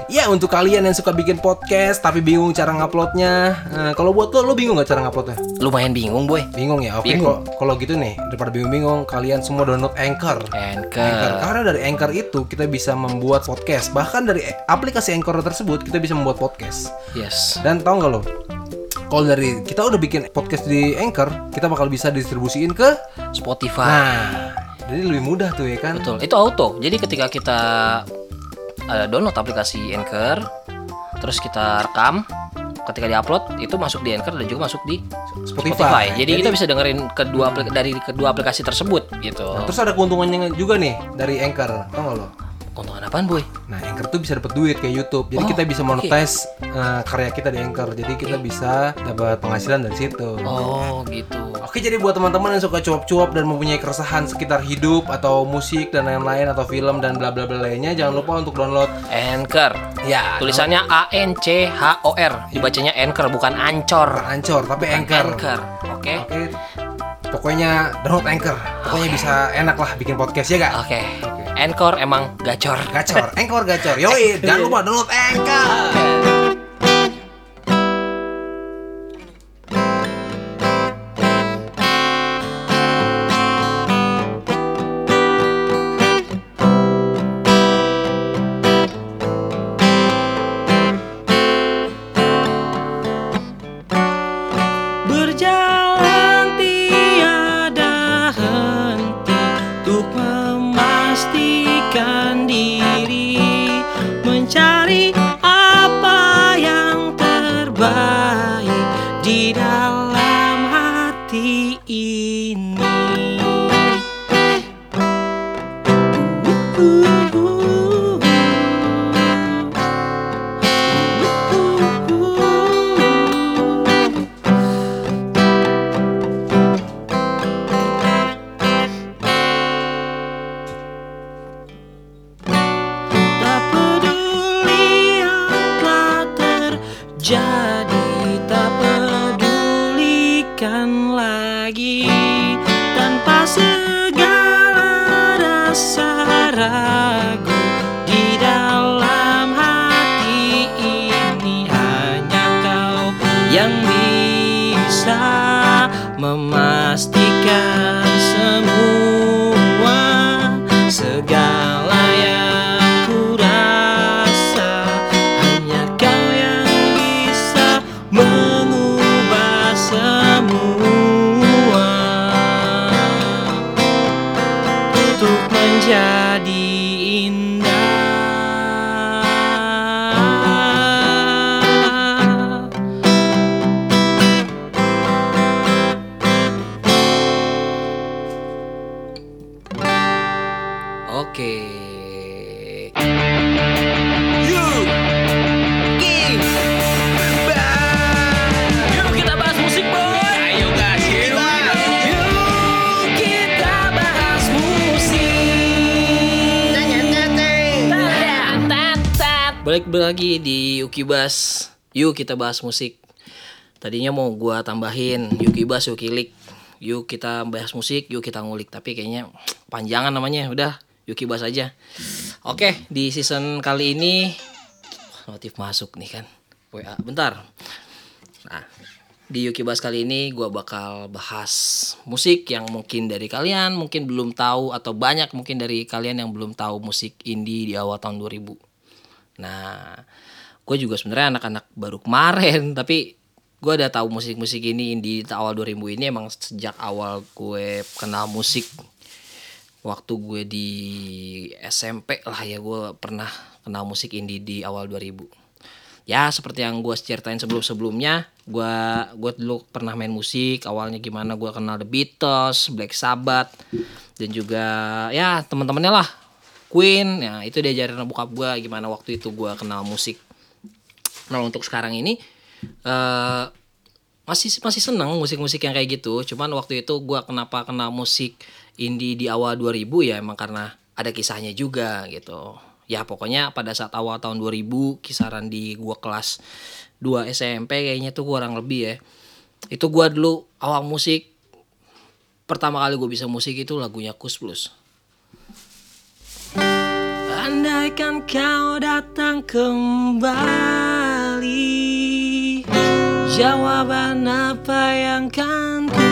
Ya, untuk kalian yang suka bikin podcast tapi bingung cara nguploadnya, kalau buat lo bingung nggak cara nguploadnya? Lumayan bingung boy. Bingung ya? Oke, kalau gitu nih, daripada bingung-bingung, kalian semua download Anchor. Karena dari Anchor itu kita bisa membuat podcast. Bahkan dari aplikasi Anchor tersebut kita bisa membuat podcast. Yes. Dan tau nggak lo? Kalau dari kita udah bikin podcast di Anchor, kita bakal bisa distribusiin ke Spotify. Nah, jadi lebih mudah tuh ya kan? Betul. Itu auto. Jadi ketika kita download aplikasi Anchor, terus kita rekam, ketika diupload itu masuk di Anchor dan juga masuk di Spotify. Jadi kita bisa dengerin dari kedua aplikasi tersebut gitu. Nah, terus ada keuntungannya juga nih dari Anchor, tau gak lo? Keuntungan apaan boy? Nah, Anchor tuh bisa dapat duit kayak YouTube. Jadi kita bisa monetize karya kita di Anchor. Jadi kita bisa dapat penghasilan dari situ. Oh gitu. Oke, jadi buat teman-teman yang suka cuap-cuap dan mempunyai keresahan sekitar hidup atau musik dan lain-lain atau film dan bla bla bla lainnya, jangan lupa untuk download Anchor. Ya, tulisannya ANCHOR. Dibacanya Anchor bukan Ancor. Bukan Ancor, tapi Anchor. Oke. Pokoknya download Anchor. Pokoknya bisa enak lah bikin podcast ya gak? Oke. Anchor emang gacor. Anchor gacor. Yoi, jangan lupa download Anchor. Berjalan tiada henti untuk memastikan diri, mencari apa yang terbaik di dalam hati ini. Jadi tak pedulikan lagi, tanpa segala rasa ragu di dalam hati ini. Hanya kau yang bisa memastikan semua, segala yang ku rasa. Hanya kau yang bisa mengubah semua untuk menjadi indah. Oke. Yuk kita bahas musik boy. Ayo gas, yuk kita bahas musik. Balik lagi di Ukibas. Yuk kita bahas musik. Tadinya mau gua tambahin Ukibas, Ukilik. Yuk kita bahas musik, yuk kita ngulik. Tapi kayaknya panjangan namanya. Udah, Ukibas aja. Oke, di season kali ini notif masuk nih kan. WA, bentar. Nah, di Ukibas kali ini gua bakal bahas musik yang mungkin dari kalian mungkin belum tahu, atau banyak mungkin dari kalian yang belum tahu musik indie di awal tahun 2000. Nah, gue juga sebenarnya anak-anak baru kemarin, tapi gue udah tahu musik-musik ini di awal 2000 ini emang sejak awal gue kenal musik. Waktu gue di SMP lah ya, gue pernah kenal musik indie di awal 2000. Ya seperti yang gue ceritain sebelum-sebelumnya, gue dulu pernah main musik. Awalnya gimana gue kenal The Beatles, Black Sabbath, dan juga ya teman-temannya lah, Queen. Ya itu diajarin bokap gue gimana waktu itu gue kenal musik. Nah untuk sekarang ini masih seneng musik-musik yang kayak gitu. Cuman waktu itu gue kenapa kenal musik indie di awal 2000 ya emang karena ada kisahnya juga gitu. Ya pokoknya pada saat awal tahun 2000, kisaran di gue kelas 2 SMP kayaknya tuh kurang lebih ya. Itu gue dulu awal musik, pertama kali gue bisa musik itu lagunya Kus Plus. andaikan kau datang kembali, jawaban apa yang kan ku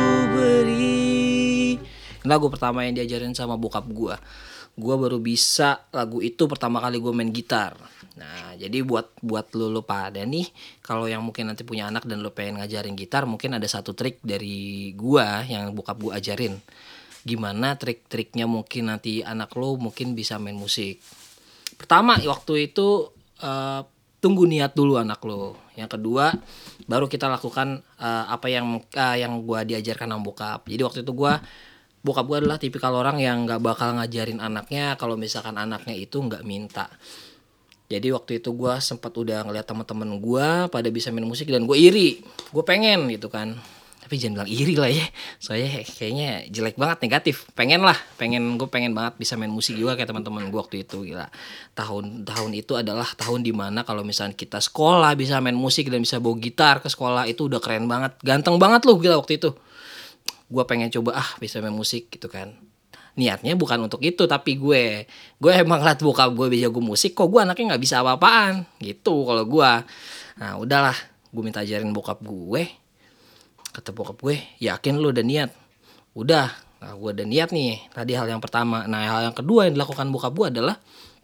beri. Lagu pertama yang diajarin sama bokap gue baru bisa lagu itu pertama kali gue main gitar. Nah, jadi buat lu pada nih, kalau yang mungkin nanti punya anak dan lu pengen ngajarin gitar, mungkin ada satu trik dari gue yang bokap gue ajarin. Gimana trik-triknya mungkin nanti anak lu mungkin bisa main musik. Pertama, waktu itu tunggu niat dulu anak lu. Yang kedua, baru kita lakukan apa yang gue diajarkan sama bokap. Jadi waktu itu bokap gue adalah tipikal orang yang nggak bakal ngajarin anaknya kalau misalkan anaknya itu nggak minta. Jadi waktu itu gue sempat udah ngeliat teman-teman gue pada bisa main musik dan gue iri, gue pengen gitu kan. Tapi jangan bilang iri lah ya, soalnya kayaknya jelek banget, negatif. Gue pengen banget bisa main musik juga kayak teman-teman gue waktu itu. Gila, tahun itu adalah tahun dimana kalau misalnya kita sekolah bisa main musik dan bisa bawa gitar ke sekolah, itu udah keren banget, ganteng banget loh gila waktu itu. Gue pengen coba bisa main musik gitu kan. Niatnya bukan untuk itu, tapi gue emang liat bokap gue bisa musik, kok gue anaknya nggak bisa apa-apaan gitu kalau gue. Nah udahlah, gue minta ajarin bokap gue. Kata bokap gue, yakin lu udah niat? Udah, nah gue udah niat nih. Tadi hal yang pertama. Nah hal yang kedua yang dilakukan bokap gue adalah,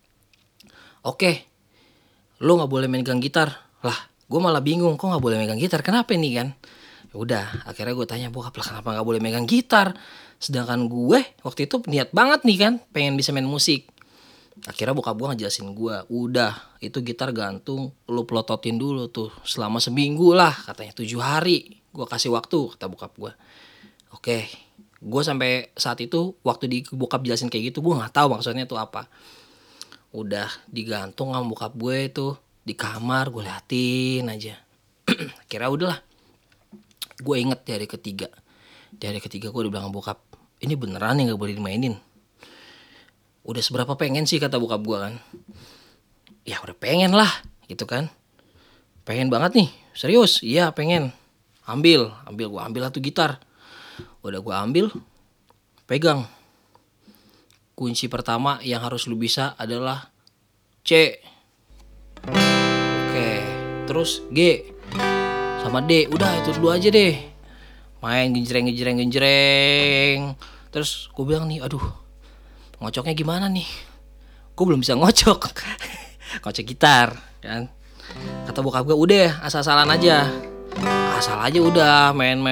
oke, lu nggak boleh megang gitar. Lah, gue malah bingung, kok nggak boleh megang gitar? Kenapa nih kan? Ya udah, akhirnya gue tanya bokap, lah kenapa nggak boleh megang gitar? Sedangkan gue waktu itu niat banget nih kan, pengen bisa main musik. Akhirnya bokap gue ngejelasin gue, udah itu gitar gantung, lu pelototin dulu tuh selama seminggu lah, katanya 7 hari. Gue kasih waktu, kata bokap gue. Oke, gue sampai saat itu waktu di bokap jelasin kayak gitu, gue nggak tahu maksudnya tuh apa. Udah digantung sama bokap gue itu di kamar, gue liatin aja. Akhirnya udahlah, gue inget di hari ketiga gue udah bilang sama bokap, ini beneran nih gak boleh dimainin. Udah seberapa pengen sih, kata bokap gue kan. Ya udah pengen lah gitu kan, pengen banget nih, serius, iya pengen. Gue ambil lah tuh gitar. Udah gue ambil, pegang. Kunci pertama yang harus lu bisa adalah C. Oke, terus G sama D, udah itu dulu aja deh. Main genjreng. Terus gue bilang nih, aduh, ngocoknya gimana nih? Gue belum bisa ngocok. Ngocok gitar kan. Kata bokap gue, udah asal-asalan aja. Asal aja udah main.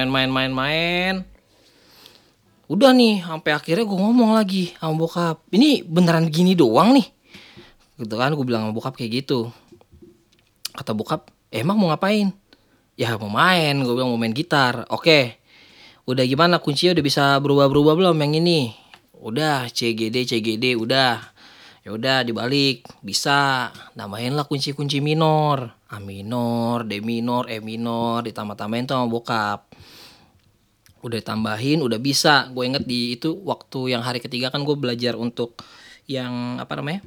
Udah nih, sampai akhirnya gue ngomong lagi sama bokap, ini beneran gini doang nih? Gitu kan, gue bilang sama bokap kayak gitu. Kata bokap, emang mau ngapain? Ya mau main, gue bilang mau main gitar. Oke, udah gimana, kuncinya udah bisa berubah belum yang ini? Udah, CGD udah. Ya udah dibalik, bisa. Nambahin lah kunci minor. A minor, D minor, E minor, ditambah-tambahin tuh sama bokap. Udah tambahin, udah bisa. Gue inget di itu waktu yang hari ketiga kan gue belajar untuk yang apa namanya?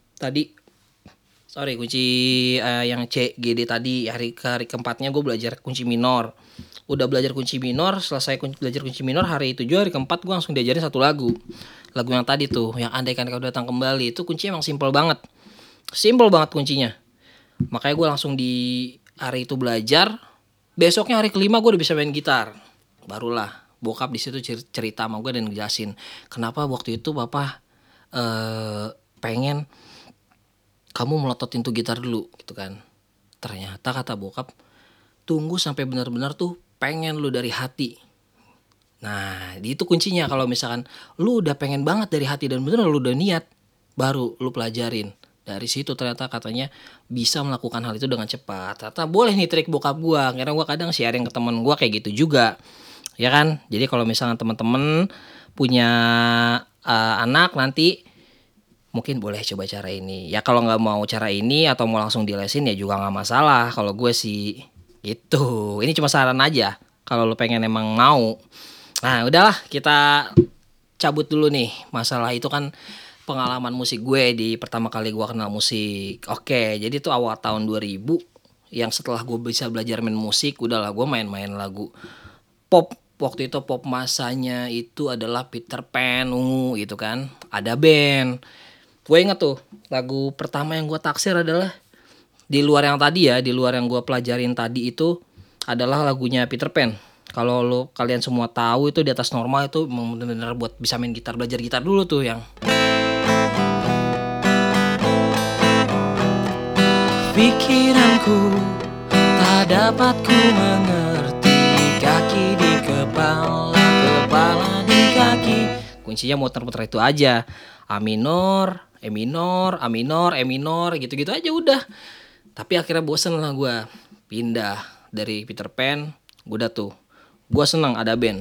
Kunci yang C, G, D tadi. Hari keempatnya gue belajar kunci minor. Udah belajar kunci minor, selesai belajar kunci minor, hari itu hari keempat gue langsung diajarin satu lagu. Lagu yang tadi tuh, yang andaikan kau datang kembali, itu kuncinya emang simple banget kuncinya. Makanya gue langsung di hari itu belajar. Besoknya hari kelima gue udah bisa main gitar. Barulah bokap di situ cerita sama gue dan ngejelasin kenapa waktu itu papa pengen kamu melototin tuh gitar dulu gitu kan. Ternyata kata bokap, tunggu sampai benar-benar tuh pengen lu dari hati. Nah itu kuncinya, kalau misalkan lu udah pengen banget dari hati dan bener lu udah niat, baru lu pelajarin. Dari situ ternyata katanya bisa melakukan hal itu dengan cepat. Ternyata boleh nih trik bokap gue. Karena gue kadang sharing ke temen gue kayak gitu juga, ya kan. Jadi kalau misalkan teman-teman punya anak nanti, mungkin boleh coba cara ini. Ya kalau nggak mau cara ini atau mau langsung dilesin ya juga nggak masalah. Kalau gue sih gitu. Ini cuma saran aja. Kalau lo pengen emang mau. Nah udahlah, kita cabut dulu nih. Masalah itu kan pengalaman musik gue di pertama kali gue kenal musik. Oke, jadi tuh awal tahun 2000 yang setelah gue bisa belajar main musik, udahlah gue main-main lagu pop. Waktu itu pop masanya itu adalah Peter Pan, Ungu gitu kan. Ada band. Gue inget tuh lagu pertama yang gue taksir adalah di luar yang tadi ya, di luar yang gue pelajarin tadi itu adalah lagunya Peter Pan. Kalau kalian semua tahu itu di atas normal itu emang bener-bener buat bisa main gitar, belajar gitar dulu tuh yang Pikiranku tak dapat ku mengerti, kaki di kepala, kepala di kaki. kuncinya muter-muter itu aja. A minor, E minor, A minor, E minor, gitu-gitu aja udah. Tapi akhirnya bosen lah gue. Pindah dari Peter Pan, gue udah tuh. Gue seneng ada band.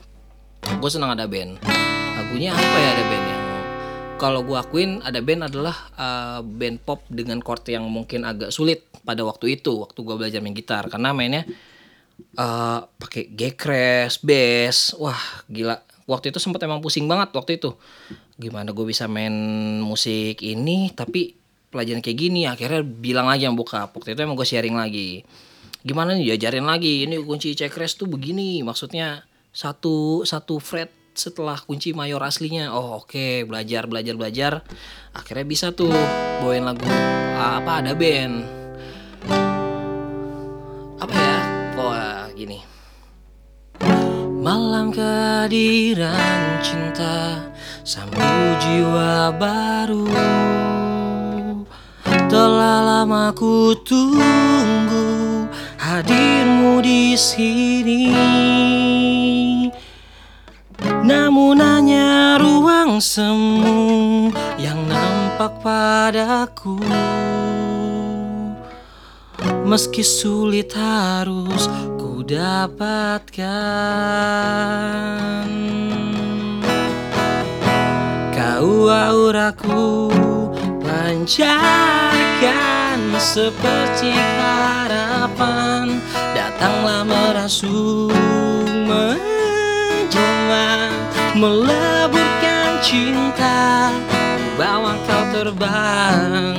Lagunya apa ya ada band yang kalau gue akuin ada band adalah band pop dengan chord yang mungkin agak sulit pada waktu itu, waktu gue belajar main gitar, karena mainnya pakai G-crash, bass, wah gila. Waktu itu sempat emang pusing banget waktu itu. Gimana gue bisa main musik ini tapi pelajaran kayak gini. Akhirnya bilang lagi yang bokap. Waktu itu emang gue sharing lagi. Gimana nih diajarin lagi. Ini kunci C-crash tuh begini. Maksudnya satu fret setelah kunci mayor aslinya. Oh oke, belajar. Akhirnya bisa tuh bawain lagu ada band. Apa ya? Oh gini. Malam kehadiran cinta, sambut jiwa baru. Telah lama ku tunggu hadirmu di sini. Namun hanya ruang semu yang nampak padaku. Meski sulit harus ku dapatkan. Kau auraku pancarkan seperti harapan. Datanglah merasuk menjelma, meleburkan cinta. Bawa kau terbang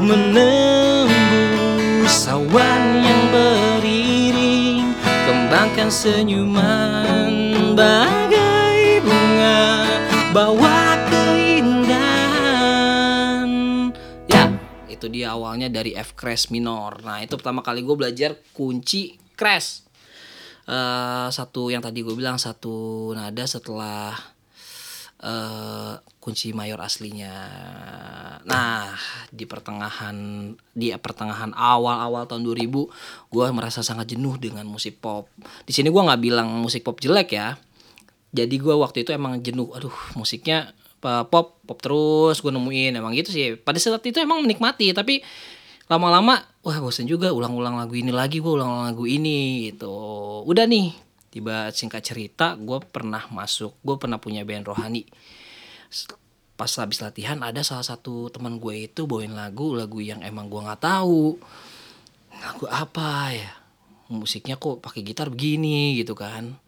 menembus awan yang beriring. Kembangkan senyuman bagai bunga, bawa keindahan. Ya, itu dia awalnya dari F crash minor. Nah, itu pertama kali gue belajar kunci crash. Satu yang tadi gue bilang satu nada setelah kunci mayor aslinya. Nah, di pertengahan awal tahun 2000, gue merasa sangat jenuh dengan musik pop. Di sini gue nggak bilang musik pop jelek ya. Jadi gue waktu itu emang jenuh. Aduh, musiknya pop terus gue nemuin emang gitu sih. Pada saat itu emang menikmati, tapi lama-lama wah bosan juga ulang-ulang lagu ini lagi, gue ulang lagu ini gitu. Udah nih, tiba singkat cerita gue pernah punya band rohani. Pas habis latihan ada salah satu teman gue itu bawain lagu yang emang gue nggak tahu lagu apa ya, musiknya kok pakai gitar begini gitu kan.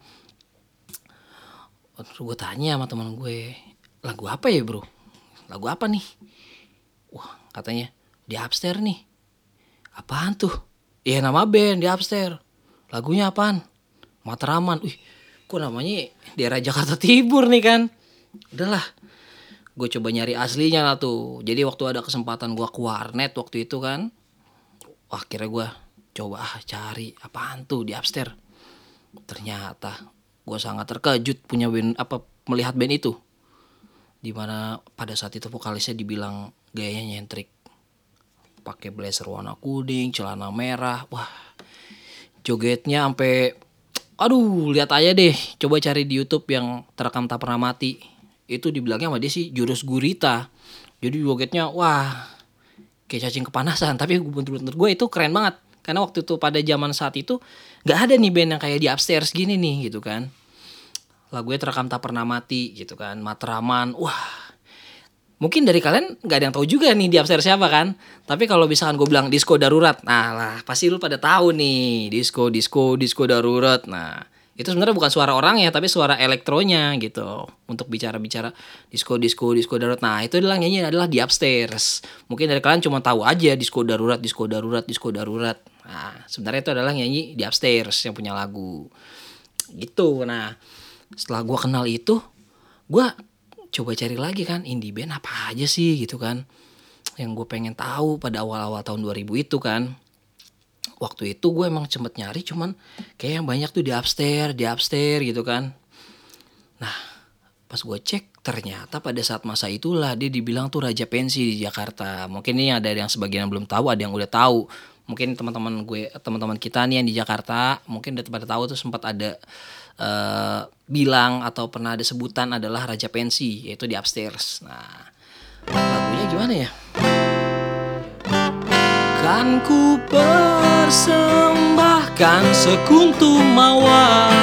Terus gue tanya sama teman gue, lagu apa ya bro, lagu apa nih? Wah katanya di Upstairs nih. Apaan tuh? Iya nama band di Upstairs. Lagunya apaan? Matraman. Wih, kok namanya daerah Jakarta Timur nih kan. Udahlah, gue coba nyari aslinya lah tuh. Jadi waktu ada kesempatan gue ke warnet waktu itu kan, wah akhirnya gue coba cari apaan tuh di Upstairs. Ternyata gue sangat terkejut melihat band itu. Dimana pada saat itu vokalisnya dibilang gayanya nyentrik, pakai blazer warna kuning, celana merah. Wah, jogetnya sampai lihat aja deh. Coba cari di YouTube yang terekam tak pernah mati. Itu dibilangnya sama dia sih jurus gurita. Jadi jogetnya wah kayak cacing kepanasan. Tapi menurut gue itu keren banget. Karena waktu itu pada zaman saat itu gak ada nih band yang kayak di Upstairs gini nih gitu kan. Lagunya terekam tak pernah mati gitu kan. Matraman. Wah, mungkin dari kalian gak ada yang tahu juga nih di Upstairs siapa kan. Tapi kalau misalkan gue bilang Disco Darurat, nah lah pasti lu pada tahu nih. Disco Darurat. Nah itu sebenarnya bukan suara orangnya, tapi suara elektronya gitu. Untuk bicara-bicara disco darurat. Nah itu adalah nyanyi adalah di Upstairs. Mungkin dari kalian cuma tahu aja disco darurat. Nah sebenarnya itu adalah nyanyi di Upstairs yang punya lagu gitu. Nah setelah gue kenal itu, gue coba cari lagi kan indie band apa aja sih gitu kan, yang gue pengen tahu pada awal-awal tahun 2000 itu kan. Waktu itu gue emang sempet nyari, cuman kayak yang banyak tuh di upstairs gitu kan. Nah pas gue cek ternyata pada saat masa itulah dia dibilang tuh raja pensi di Jakarta. Mungkin ini ada yang sebagian yang belum tahu, ada yang udah tahu. Mungkin teman-teman kita nih yang di Jakarta mungkin udah pada tahu tuh, sempat ada bilang atau pernah ada sebutan adalah raja pensi, yaitu di upstairs. Nah lagunya gimana ya? Kan ku persembahkan sekuntum mawar,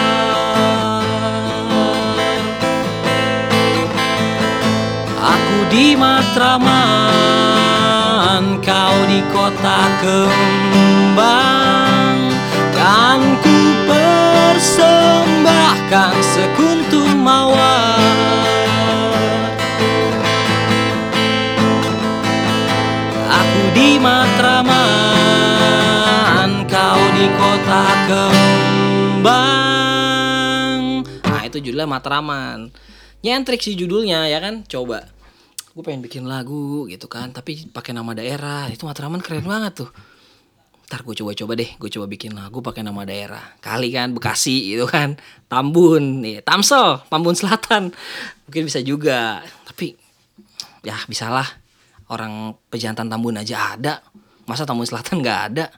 aku di Matraman, kau di kota kembang. Kan ku persembahkan sekuntum mawar, aku di Matraman, kau di kota kembang. Nah itu judulnya Matraman. Nyentrik sih judulnya ya kan. Coba gue pengen bikin lagu gitu kan, tapi pakai nama daerah. Itu Matraman keren banget tuh. Ntar gue coba deh, gue coba bikin lagu pakai nama daerah. Kali kan Bekasi gitu kan, Tambun, Tamsel, Tambun Selatan. Mungkin bisa juga. Tapi ya bisalah. Orang Pejantan Tambun aja ada, masa Tambun Selatan nggak ada?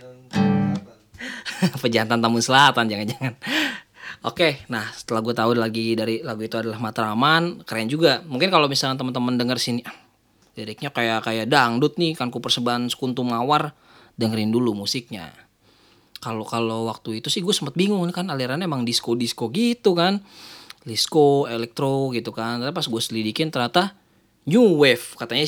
Pejantan Tambun Selatan jangan-jangan. Oke, nah setelah gue tahu lagi dari lagu itu adalah Matraman, keren juga. Mungkin kalau misalnya teman-teman denger sini, liriknya kayak dangdut nih, kan ku persembahan sekuntum mawar, dengerin dulu musiknya. Kalau waktu itu sih gue sempet bingung kan, alirannya emang disco gitu kan, disco, elektro gitu kan. Tapi pas gue selidikin ternyata New Wave, katanya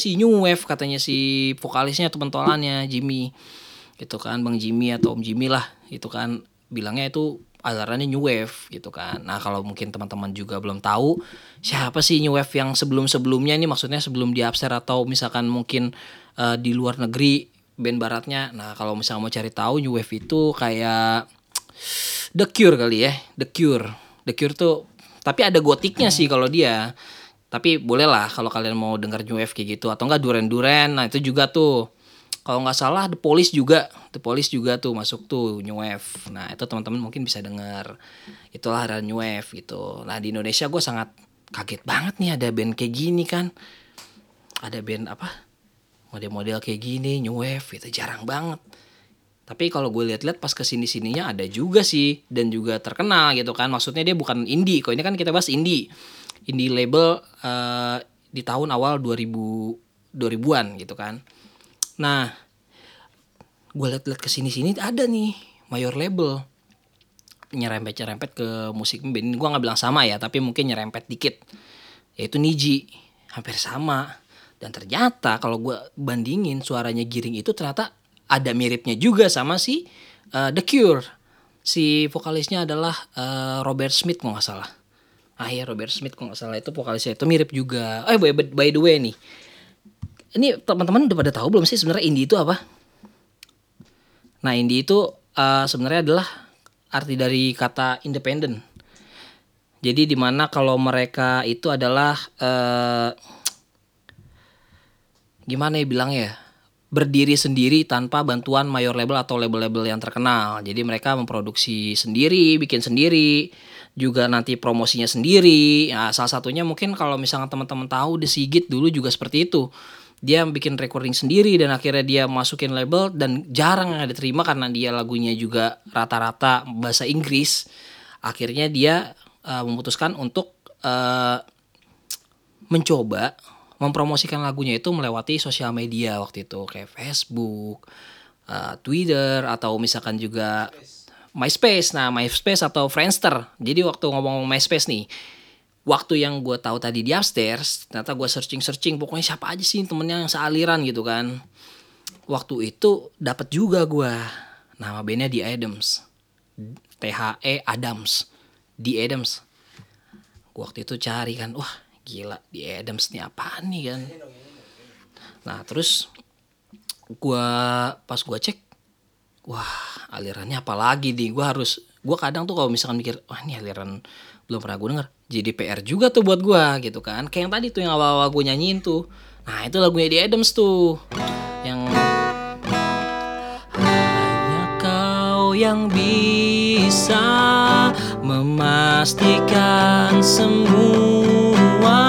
si vokalisnya atau pentolannya Jimmy gitu kan, Bang Jimmy atau Om Jimmy lah itu kan, bilangnya itu alirannya New Wave gitu kan. Nah kalau mungkin teman-teman juga belum tahu siapa sih New Wave yang sebelumnya ini, maksudnya sebelum di upstairs atau misalkan mungkin di luar negeri band baratnya. Nah kalau misalnya mau cari tahu New Wave itu kayak The Cure kali ya, The Cure tuh, tapi ada gotiknya sih kalau dia. Tapi boleh lah kalau kalian mau dengar New Wave kayak gitu, atau enggak Duran. Nah itu juga tuh, kalau nggak salah The Police juga tuh masuk tuh New Wave. Nah itu teman-teman mungkin bisa dengar. Itulah ada New Wave gitu. Nah di Indonesia gue sangat kaget banget nih ada band kayak gini kan. Ada band apa, model-model kayak gini New Wave itu jarang banget. Tapi kalau gue lihat-lihat pas kesini-sininya ada juga sih, dan juga terkenal gitu kan. Maksudnya dia bukan indie, kok ini kan kita bahas indie label di tahun awal 2000-an gitu kan. Nah, gue liat-liat kesini-sini ada nih mayor label nyerempet ke musik band. Gue nggak bilang sama ya, tapi mungkin nyerempet dikit. Yaitu Niji, hampir sama. Dan ternyata kalau gue bandingin suaranya Giring itu ternyata ada miripnya juga sama si The Cure. Si vokalisnya adalah Robert Smith kalau nggak salah. Iya Robert Smith kalau nggak salah, itu vokalisnya itu mirip juga. By the way nih, ini teman-teman udah pada tahu belum sih sebenarnya indie itu apa? Nah indie itu sebenarnya adalah arti dari kata independen. Jadi dimana kalau mereka itu adalah gimana ya bilangnya, berdiri sendiri tanpa bantuan mayor label atau label-label yang terkenal. Jadi mereka memproduksi sendiri, bikin sendiri, juga nanti promosinya sendiri. Nah, salah satunya mungkin kalau misalnya teman-teman tahu The Sigit dulu juga seperti itu. Dia bikin recording sendiri dan akhirnya dia masukin label, dan jarang yang diterima karena dia lagunya juga rata-rata bahasa Inggris. Akhirnya dia memutuskan untuk mencoba mempromosikan lagunya itu melewati sosial media waktu itu, kayak Facebook, Twitter, atau misalkan juga MySpace. Nah MySpace atau Friendster. Jadi waktu ngomong MySpace nih, waktu yang gue tahu tadi di upstairs, ternyata gue searching pokoknya siapa aja sih temennya yang sealiran gitu kan. Waktu itu dapat juga gue nama bandnya The Adams, THE Adams, The Adams. Gue waktu itu cari kan, wah gila The Adams nih apaan nih kan. Nah terus pas gue cek, wah alirannya apa lagi nih. Gue kadang tuh kalau misalkan mikir, wah ini aliran belum pernah gue denger, jadi PR juga tuh buat gua gitu kan. Kayak yang tadi tuh yang awal-awal gua nyanyiin tuh. Nah, itu lagunya The Adams tuh. Yang hanya kau yang bisa memastikan semua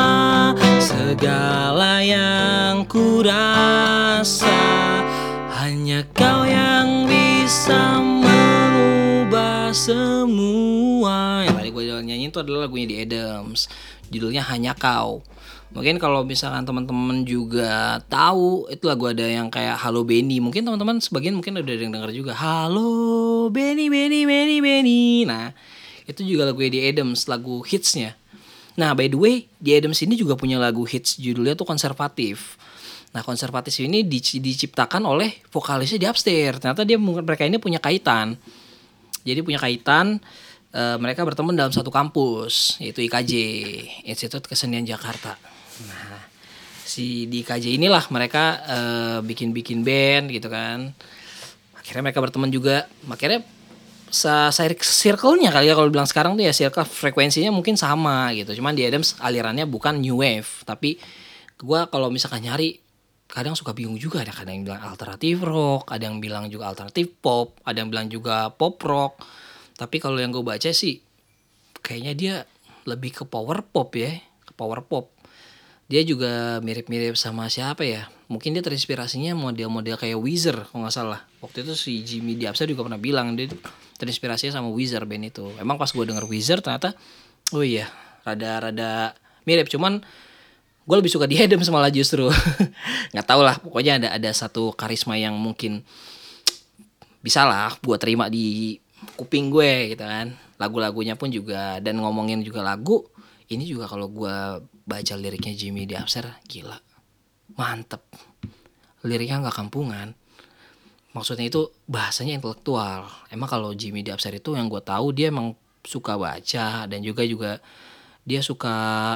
segala yang kurasa. Hanya kau yang bisa mengubah semua. Yang tadi gue nyanyiin itu adalah lagunya The Adams. Judulnya Hanya Kau. Mungkin kalau misalkan teman-teman juga tahu, itu lagu ada yang kayak Halo Benny. Mungkin teman-teman sebagian mungkin udah ada yang denger juga. Halo Benny, Benny, Benny, Benny. Nah, itu juga lagu The Adams, lagu hitsnya. Nah, by the way, The Adams ini juga punya lagu hits judulnya tuh Konservatif. Nah, Konservatif ini diciptakan oleh vokalisnya di Upstairs. Ternyata mereka ini punya kaitan. Jadi punya kaitan, mereka berteman dalam satu kampus, yaitu IKJ, Institut Kesenian Jakarta. Nah, di IKJ inilah mereka bikin band gitu kan. Akhirnya mereka berteman juga. Akhirnya circle-nya kali ya, kalau bilang sekarang tuh ya circle frekuensinya mungkin sama gitu. Cuman di Adams alirannya bukan new wave, tapi gue kalau misalkan nyari kadang suka bingung juga. Ada kadang yang bilang alternatif rock, ada yang bilang juga alternatif pop, ada yang bilang juga pop rock. Tapi kalau yang gue baca sih kayaknya dia lebih ke power pop ya, ke power pop. Dia juga mirip-mirip sama siapa ya? Mungkin dia terinspirasinya model-model kayak Weezer kalau nggak salah. Waktu itu si Jimmy Diapsa juga pernah bilang dia terinspirasinya sama Weezer band itu. Emang pas gue denger Weezer ternyata, oh iya, rada mirip. Cuman gue lebih suka di Adams malah justru. Nggak tahu lah, pokoknya ada satu karisma yang mungkin bisa lah gue terima di kuping gue gitu kan. Lagu-lagunya pun juga, dan ngomongin juga lagu ini juga kalau gue baca liriknya Jimmy Diapsa, gila, mantep. Liriknya nggak kampungan, maksudnya itu bahasanya intelektual. Emang kalau Jimmy Diapsa itu yang gue tahu dia emang suka baca, dan juga dia suka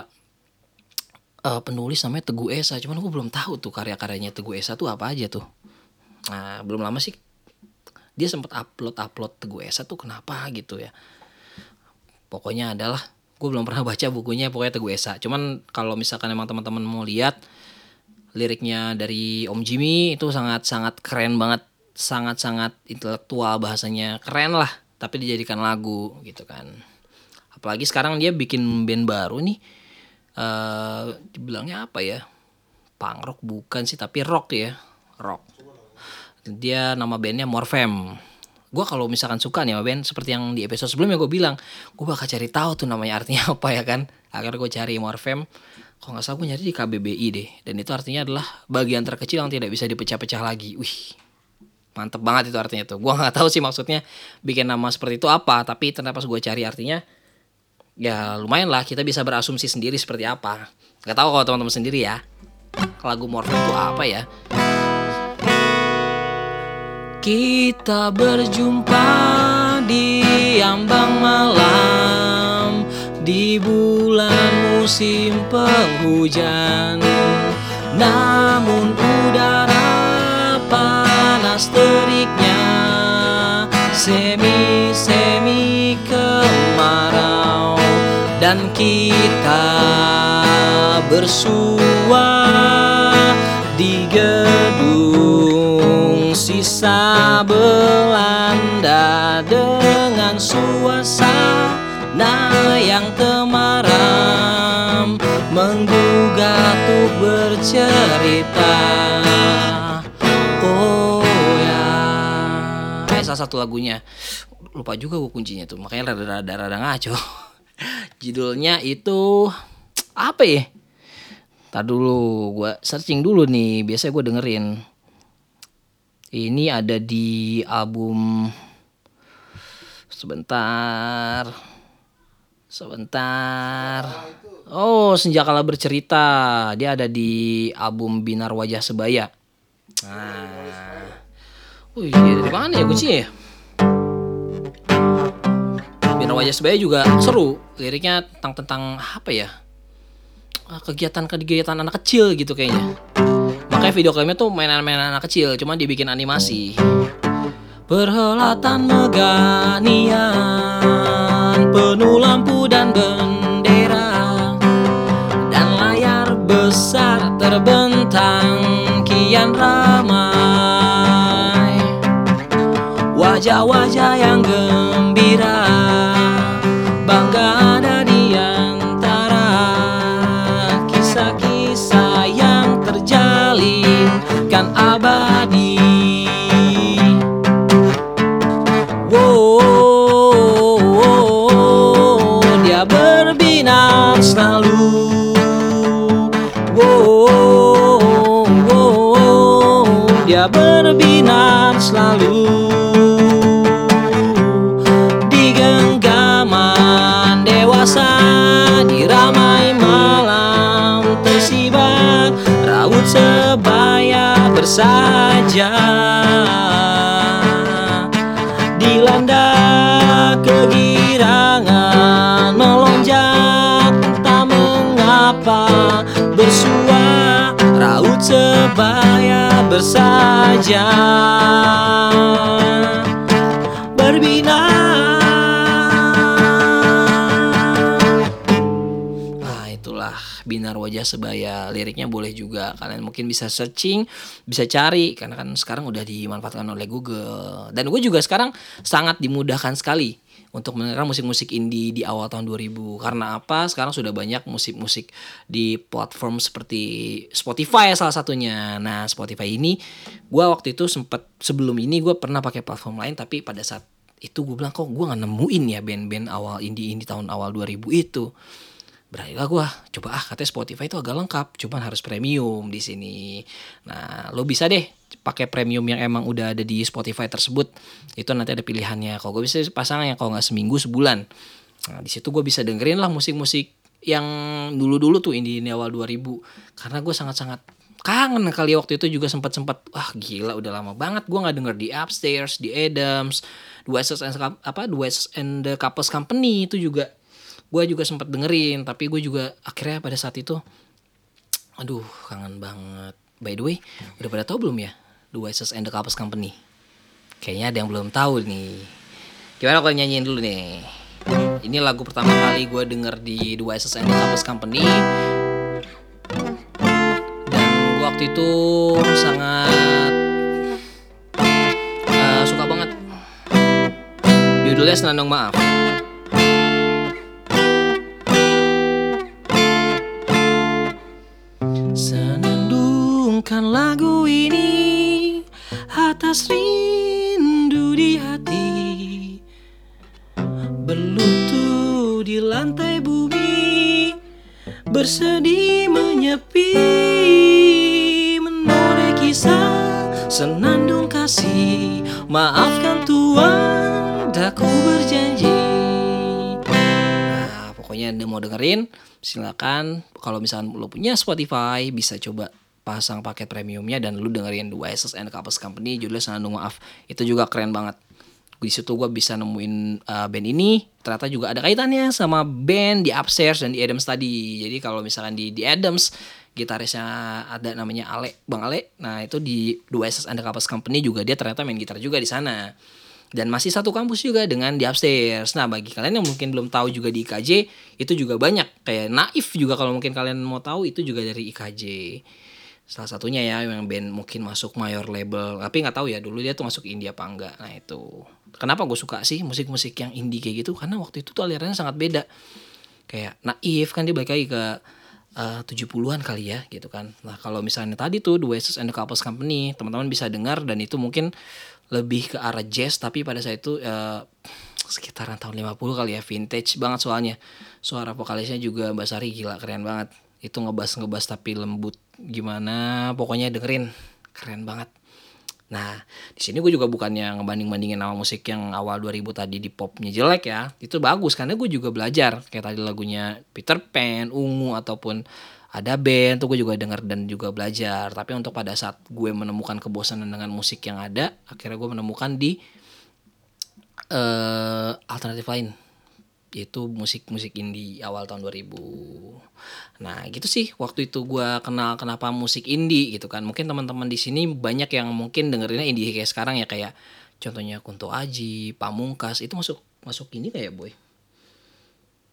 penulis namanya Teguh Esa. Cuman gue belum tahu tuh karya-karyanya Teguh Esa tuh apa aja tuh. Nah, belum lama sih dia sempat upload Teguh Esa tuh, kenapa gitu ya. Pokoknya adalah gue belum pernah baca bukunya, pokoknya Teguh Esa. Cuman kalau misalkan emang teman-teman mau lihat liriknya dari Om Jimmy itu sangat-sangat keren banget, sangat-sangat intelektual, bahasanya keren lah, tapi dijadikan lagu gitu kan. Apalagi sekarang dia bikin band baru nih. Dibilangnya apa ya, punk rock bukan sih, tapi rock ya, rock. Dia nama bandnya Morfem. Gue kalau misalkan suka nih sama band, seperti yang di episode sebelumnya gue bilang, gue bakal cari tahu tuh namanya artinya apa ya kan. Akhirnya gue cari Morfem, kalau nggak salah gue nyari di KBBI deh, dan itu artinya adalah bagian terkecil yang tidak bisa dipecah-pecah lagi. Wih, mantep banget itu artinya tuh. Gue nggak tahu sih maksudnya bikin nama seperti itu apa, tapi ternyata pas gue cari artinya, ya lumayan lah, kita bisa berasumsi sendiri seperti apa. Gak tahu kalau teman-teman sendiri ya, lagu Morfem itu apa ya. Kita berjumpa di ambang malam, di bulan musim penghujan. Namun udara panas teriknya, semi kemarau, dan kita bersua di gedung sisa Belanda, dengan suasana yang temaram menggugah untuk bercerita. Oh ya, Salah satu lagunya lupa juga gue kuncinya tuh, makanya rada ngaco. Judulnya itu apa ya? Ntar dulu gue searching dulu nih, biasanya gue dengerin. Ini ada di album, sebentar. Oh, Senjakala Bercerita. Dia ada di album Binar Wajah Sebaya. Nah, wih, dari mana ya kuncinya ya? Binar Wajah Sebaya juga seru. Liriknya tentang apa ya? Kegiatan anak kecil gitu kayaknya. Makanya video klipnya tuh mainan-mainan anak kecil, cuma dibikin animasi. perhelatan Meganian, penuh lampu dan bendera, ramai, wajah-wajah yang gembira, bangga ada di antara kisah-kisah yang terjalin kan abadi. Wow, dia berbinar selalu. Wow, dia berbinar selalu. Di genggaman dewasa, di ramai malam tersibat, raut sebaya bersaja, dilanda kegirangan melonjak, tak mengapa bersua, raut sebaya bersaja berbinar. Nah, itulah Binar Wajah Sebaya. Liriknya boleh juga kalian mungkin bisa searching, bisa cari, karena kan sekarang udah dimanfaatkan oleh Google. Dan gue juga sekarang sangat dimudahkan sekali untuk mendengarkan musik-musik indie di awal tahun 2000. Karena apa? Sekarang sudah banyak musik-musik di platform seperti Spotify salah satunya. Nah, Spotify ini gue waktu itu sebelum ini gue pernah pakai platform lain, tapi pada saat itu gue bilang, kok gue gak nemuin ya band-band awal indie tahun awal 2000 itu. Beranilah gue coba katanya Spotify itu agak lengkap, cuman harus premium di sini. Nah, lo bisa deh pakai premium yang emang udah ada di Spotify tersebut. Itu nanti ada pilihannya. Kalau gue bisa pasang yang kalau nggak seminggu sebulan. Nah, di situ gue bisa dengerin lah musik-musik yang dulu-dulu tuh indie awal 2000. Karena gue sangat-sangat kangen kali waktu itu juga sempat wah gila udah lama banget gue nggak denger di Upstairs, di Adams, The West and the Couples Company itu juga gue juga sempat dengerin, tapi gue juga akhirnya pada saat itu aduh kangen banget. By the way, udah pada tahu belum ya The West and the Couples Company? Kayaknya ada yang belum tahu nih. Gimana kalau nyanyiin dulu nih? Ini lagu pertama kali gue denger di The West and the Couples Company, dan gue waktu itu sangat suka banget. Judulnya Senandung Maaf. Senandungkan lagu ini atas rindu di hati, berlutut di lantai bumi, bersedih menyepi, menoreh kisah senandung kasih. Maafkan Tuhan, daku berjanji. Nah, pokoknya mau dengerin silakan. Kalau misalkan lo punya Spotify, bisa coba pasang paket premiumnya dan lu dengerin The West and the Couples Company, judulnya Senandung Maaf. Itu juga keren banget. Di situ gue bisa nemuin band ini, ternyata juga ada kaitannya sama band di Upstairs dan di Adams tadi. Jadi kalau misalkan di Adams gitarisnya ada namanya Bang Ale. Nah, itu di The West and the Couples Company juga dia ternyata main gitar juga di sana. Dan masih satu kampus juga dengan di Upstairs. Nah, bagi kalian yang mungkin belum tahu juga di IKJ, itu juga banyak. Kayak Naif juga kalau mungkin kalian mau tahu, itu juga dari IKJ. Salah satunya ya yang band mungkin masuk major label, tapi nggak tahu ya dulu dia tuh masuk indie apa enggak. Nah itu kenapa gue suka sih musik-musik yang indie kayak gitu, karena waktu itu tuh alirannya sangat beda. Kayak Naif kan dia balik lagi ke 70-an kali ya gitu kan. Nah kalau misalnya tadi tuh The West and the Couples Company, teman-teman bisa dengar, dan itu mungkin lebih ke arah jazz, tapi pada saat itu sekitaran tahun 50 kali ya, vintage banget soalnya. Suara vokalisnya juga Mbak Sari gila keren banget. Itu ngebas tapi lembut gimana, pokoknya dengerin keren banget. Nah di sini gue juga bukannya ngebanding-bandingin sama musik yang awal 2000 tadi di popnya jelek ya, itu bagus karena gue juga belajar kayak tadi lagunya Peter Pan, Ungu, ataupun ada band tuh gue juga denger dan juga belajar. Tapi untuk pada saat gue menemukan kebosanan dengan musik yang ada, akhirnya gue menemukan di alternatif lain, yaitu musik-musik indie awal tahun 2000. Nah gitu sih waktu itu gue kenal kenapa musik indie gitu kan. Mungkin teman-teman di sini banyak yang mungkin dengerinnya indie kayak sekarang ya, kayak contohnya Kunto Aji, Pamungkas, itu masuk indie kayak boy.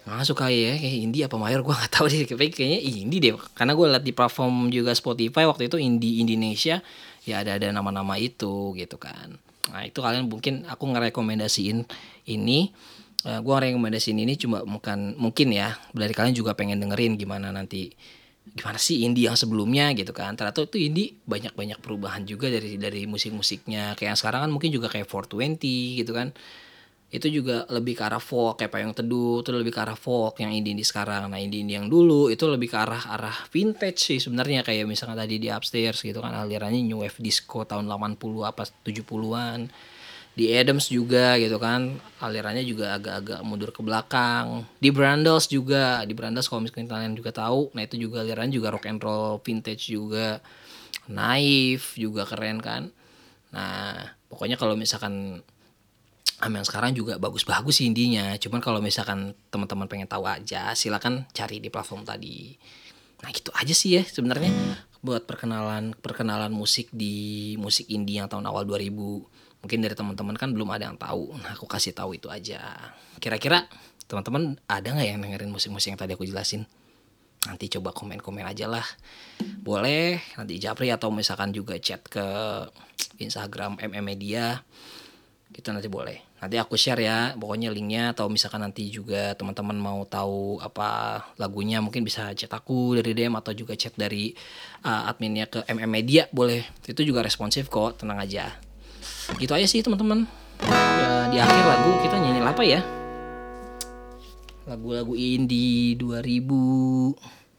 Masuk kali ya, kayak indie apa mayor gue nggak tahu deh, kayaknya indie deh. Karena gue liat di platform juga Spotify waktu itu indie Indonesia, ya ada nama-nama itu gitu kan. Nah itu kalian mungkin aku ngerekomendasiin ini, gue ngerekomendasiin ini cuma mungkin ya dari kalian juga pengen dengerin gimana sih indie yang sebelumnya gitu kan. Ternyata itu indie banyak perubahan juga dari musik-musiknya. Kayak yang sekarang kan mungkin juga kayak 420 gitu kan. Itu juga lebih ke arah folk, kayak Payung Teduh itu lebih ke arah folk yang indie sekarang. Nah indie yang dulu itu lebih ke arah vintage sih sebenarnya, kayak misalkan tadi di Upstairs gitu kan alirannya new wave disco tahun 80 apa 70-an. Di Adams juga gitu kan alirannya juga agak-agak mundur ke belakang. Di Brandles kalau misalkan kalian juga tahu, nah itu juga alirannya juga rock and roll vintage juga. Naif juga keren kan. Nah pokoknya kalau misalkan yang sekarang juga bagus-bagus sih indinya. Cuman kalau misalkan teman-teman pengen tahu aja, silakan cari di platform tadi. Nah gitu aja sih ya sebenarnya buat perkenalan musik indie yang tahun awal 2000. Mungkin dari teman-teman kan belum ada yang tahu. Nah aku kasih tahu itu aja. Kira-kira teman-teman ada nggak yang dengerin musik-musik yang tadi aku jelasin? Nanti coba komen-komen aja lah. Boleh nanti japri atau misalkan juga chat ke Instagram Media. Itu nanti boleh. Nanti aku share ya pokoknya linknya, atau misalkan nanti juga teman-teman mau tahu apa lagunya mungkin bisa chat aku dari DM atau juga chat dari adminnya ke Media boleh. Itu juga responsif kok, tenang aja. Gitu aja sih teman-teman. Ya, di akhir lagu kita nyanyi apa ya? Lagu-lagu indie 2000.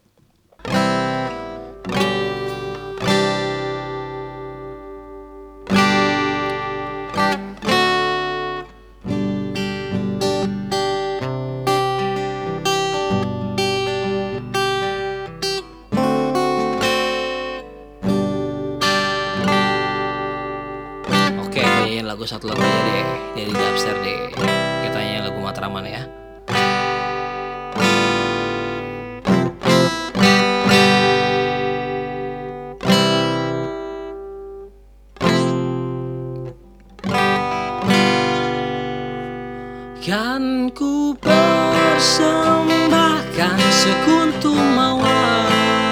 Satu lagu aja deh dari Dubster deh. Kita nyanyi lagu Matraman ya. Kan ku persembahkan sekuntum mawar,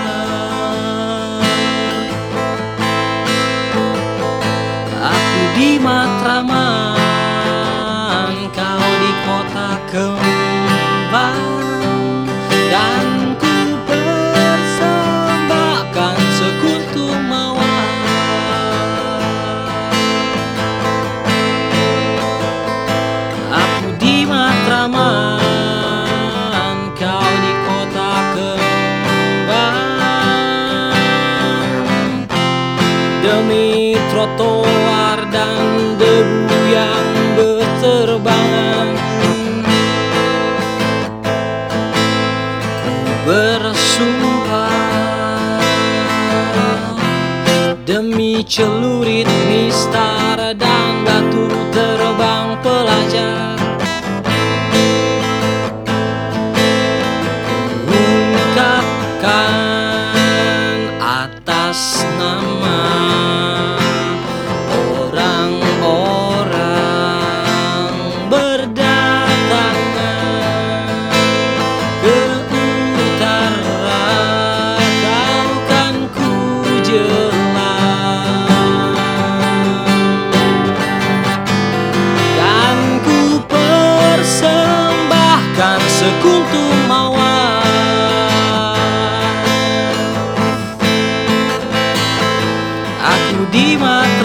aku di Matraman, kau di kota kembang. Dan ku persembahkan sekuntum mawar, aku di Matraman, kau di kota kembang. Demi trotoar dan debu yang berterbangan, ku bersumpah demi celurit mistar dan batu terbang pelajar, ungkapkan atas nama orang-orang berdatangan ke utara, kau kan ku jelang. Kan ku persembahkan sekuntum mawar, aku di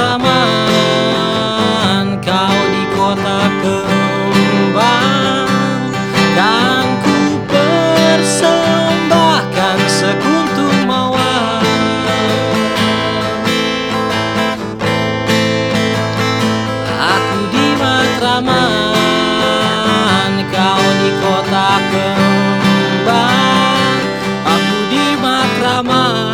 Matraman, kau di kota kembang. Kan ku persembahkan sekuntum mawar, aku di Matraman, kau di kota kembang. Aku di Matraman,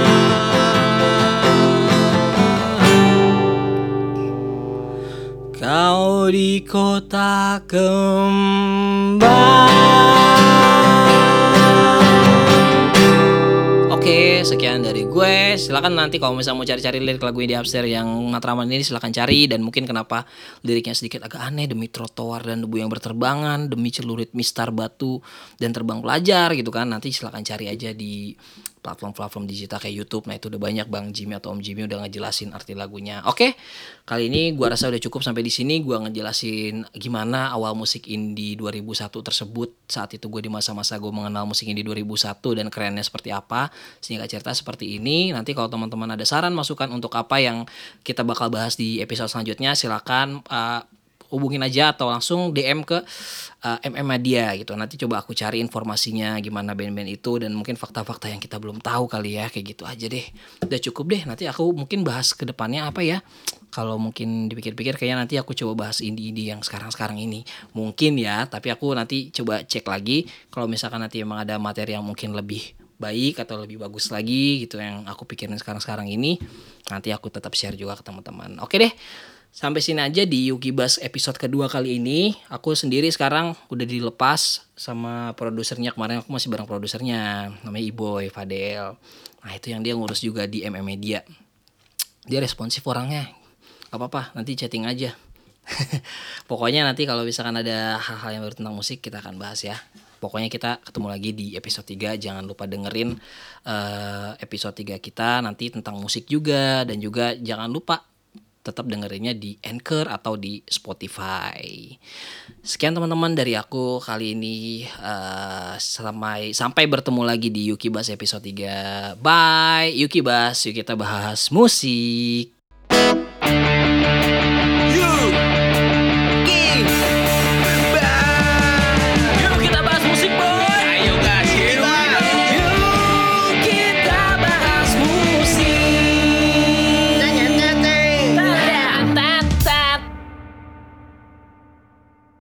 kau di kota kembang. Oke, sekian dari gue. Silakan nanti kalau misalnya mau cari-cari lirik lagu di Upstairs yang Matraman ini silakan cari. Dan mungkin kenapa liriknya sedikit agak aneh, demi trotoar dan debu yang berterbangan, demi celurit mistar batu dan terbang pelajar gitu kan. Nanti silakan cari aja di platform-platform digital kayak YouTube. Nah itu udah banyak Bang Jimmy atau Om Jimmy udah ngejelasin arti lagunya. Oke, kali ini gua rasa udah cukup sampai di sini. Gua ngejelasin gimana awal musik indie 2001 tersebut. Saat itu gue di masa-masa gue mengenal musik indie 2001 dan kerennya seperti apa. Sehingga cerita seperti ini. Nanti kalau teman-teman ada saran masukan untuk apa yang kita bakal bahas di episode selanjutnya, silakan hubungin aja atau langsung DM ke MM Media gitu. Nanti coba aku cari informasinya gimana band-band itu dan mungkin fakta-fakta yang kita belum tahu kali ya, kayak gitu aja deh. Udah cukup deh. Nanti aku mungkin bahas ke depannya apa ya. Kalau mungkin dipikir-pikir kayaknya nanti aku coba bahas indie-indie yang sekarang-sekarang ini. Mungkin ya, tapi aku nanti coba cek lagi kalau misalkan nanti emang ada materi yang mungkin lebih baik atau lebih bagus lagi gitu yang aku pikirin sekarang-sekarang ini, nanti aku tetap share juga ke teman-teman. Oke deh. Sampai sini aja di Yuki Bass episode kedua kali ini. Aku sendiri sekarang udah dilepas sama produsernya. Kemarin aku masih bareng produsernya, namanya Iboy Fadel. Nah itu yang dia ngurus juga di MM Media. Dia responsif orangnya. Gak apa-apa, nanti chatting aja. Pokoknya nanti kalau misalkan ada hal-hal yang baru tentang musik, kita akan bahas ya. Pokoknya kita ketemu lagi di episode 3. Jangan lupa dengerin episode 3 kita nanti tentang musik juga. Dan juga jangan lupa tetap dengerinnya di Anchor atau di Spotify. Sekian teman-teman dari aku kali ini. Sampai bertemu lagi di Yuki Bass episode 3. Bye Yuki Bass, yuk kita bahas musik. You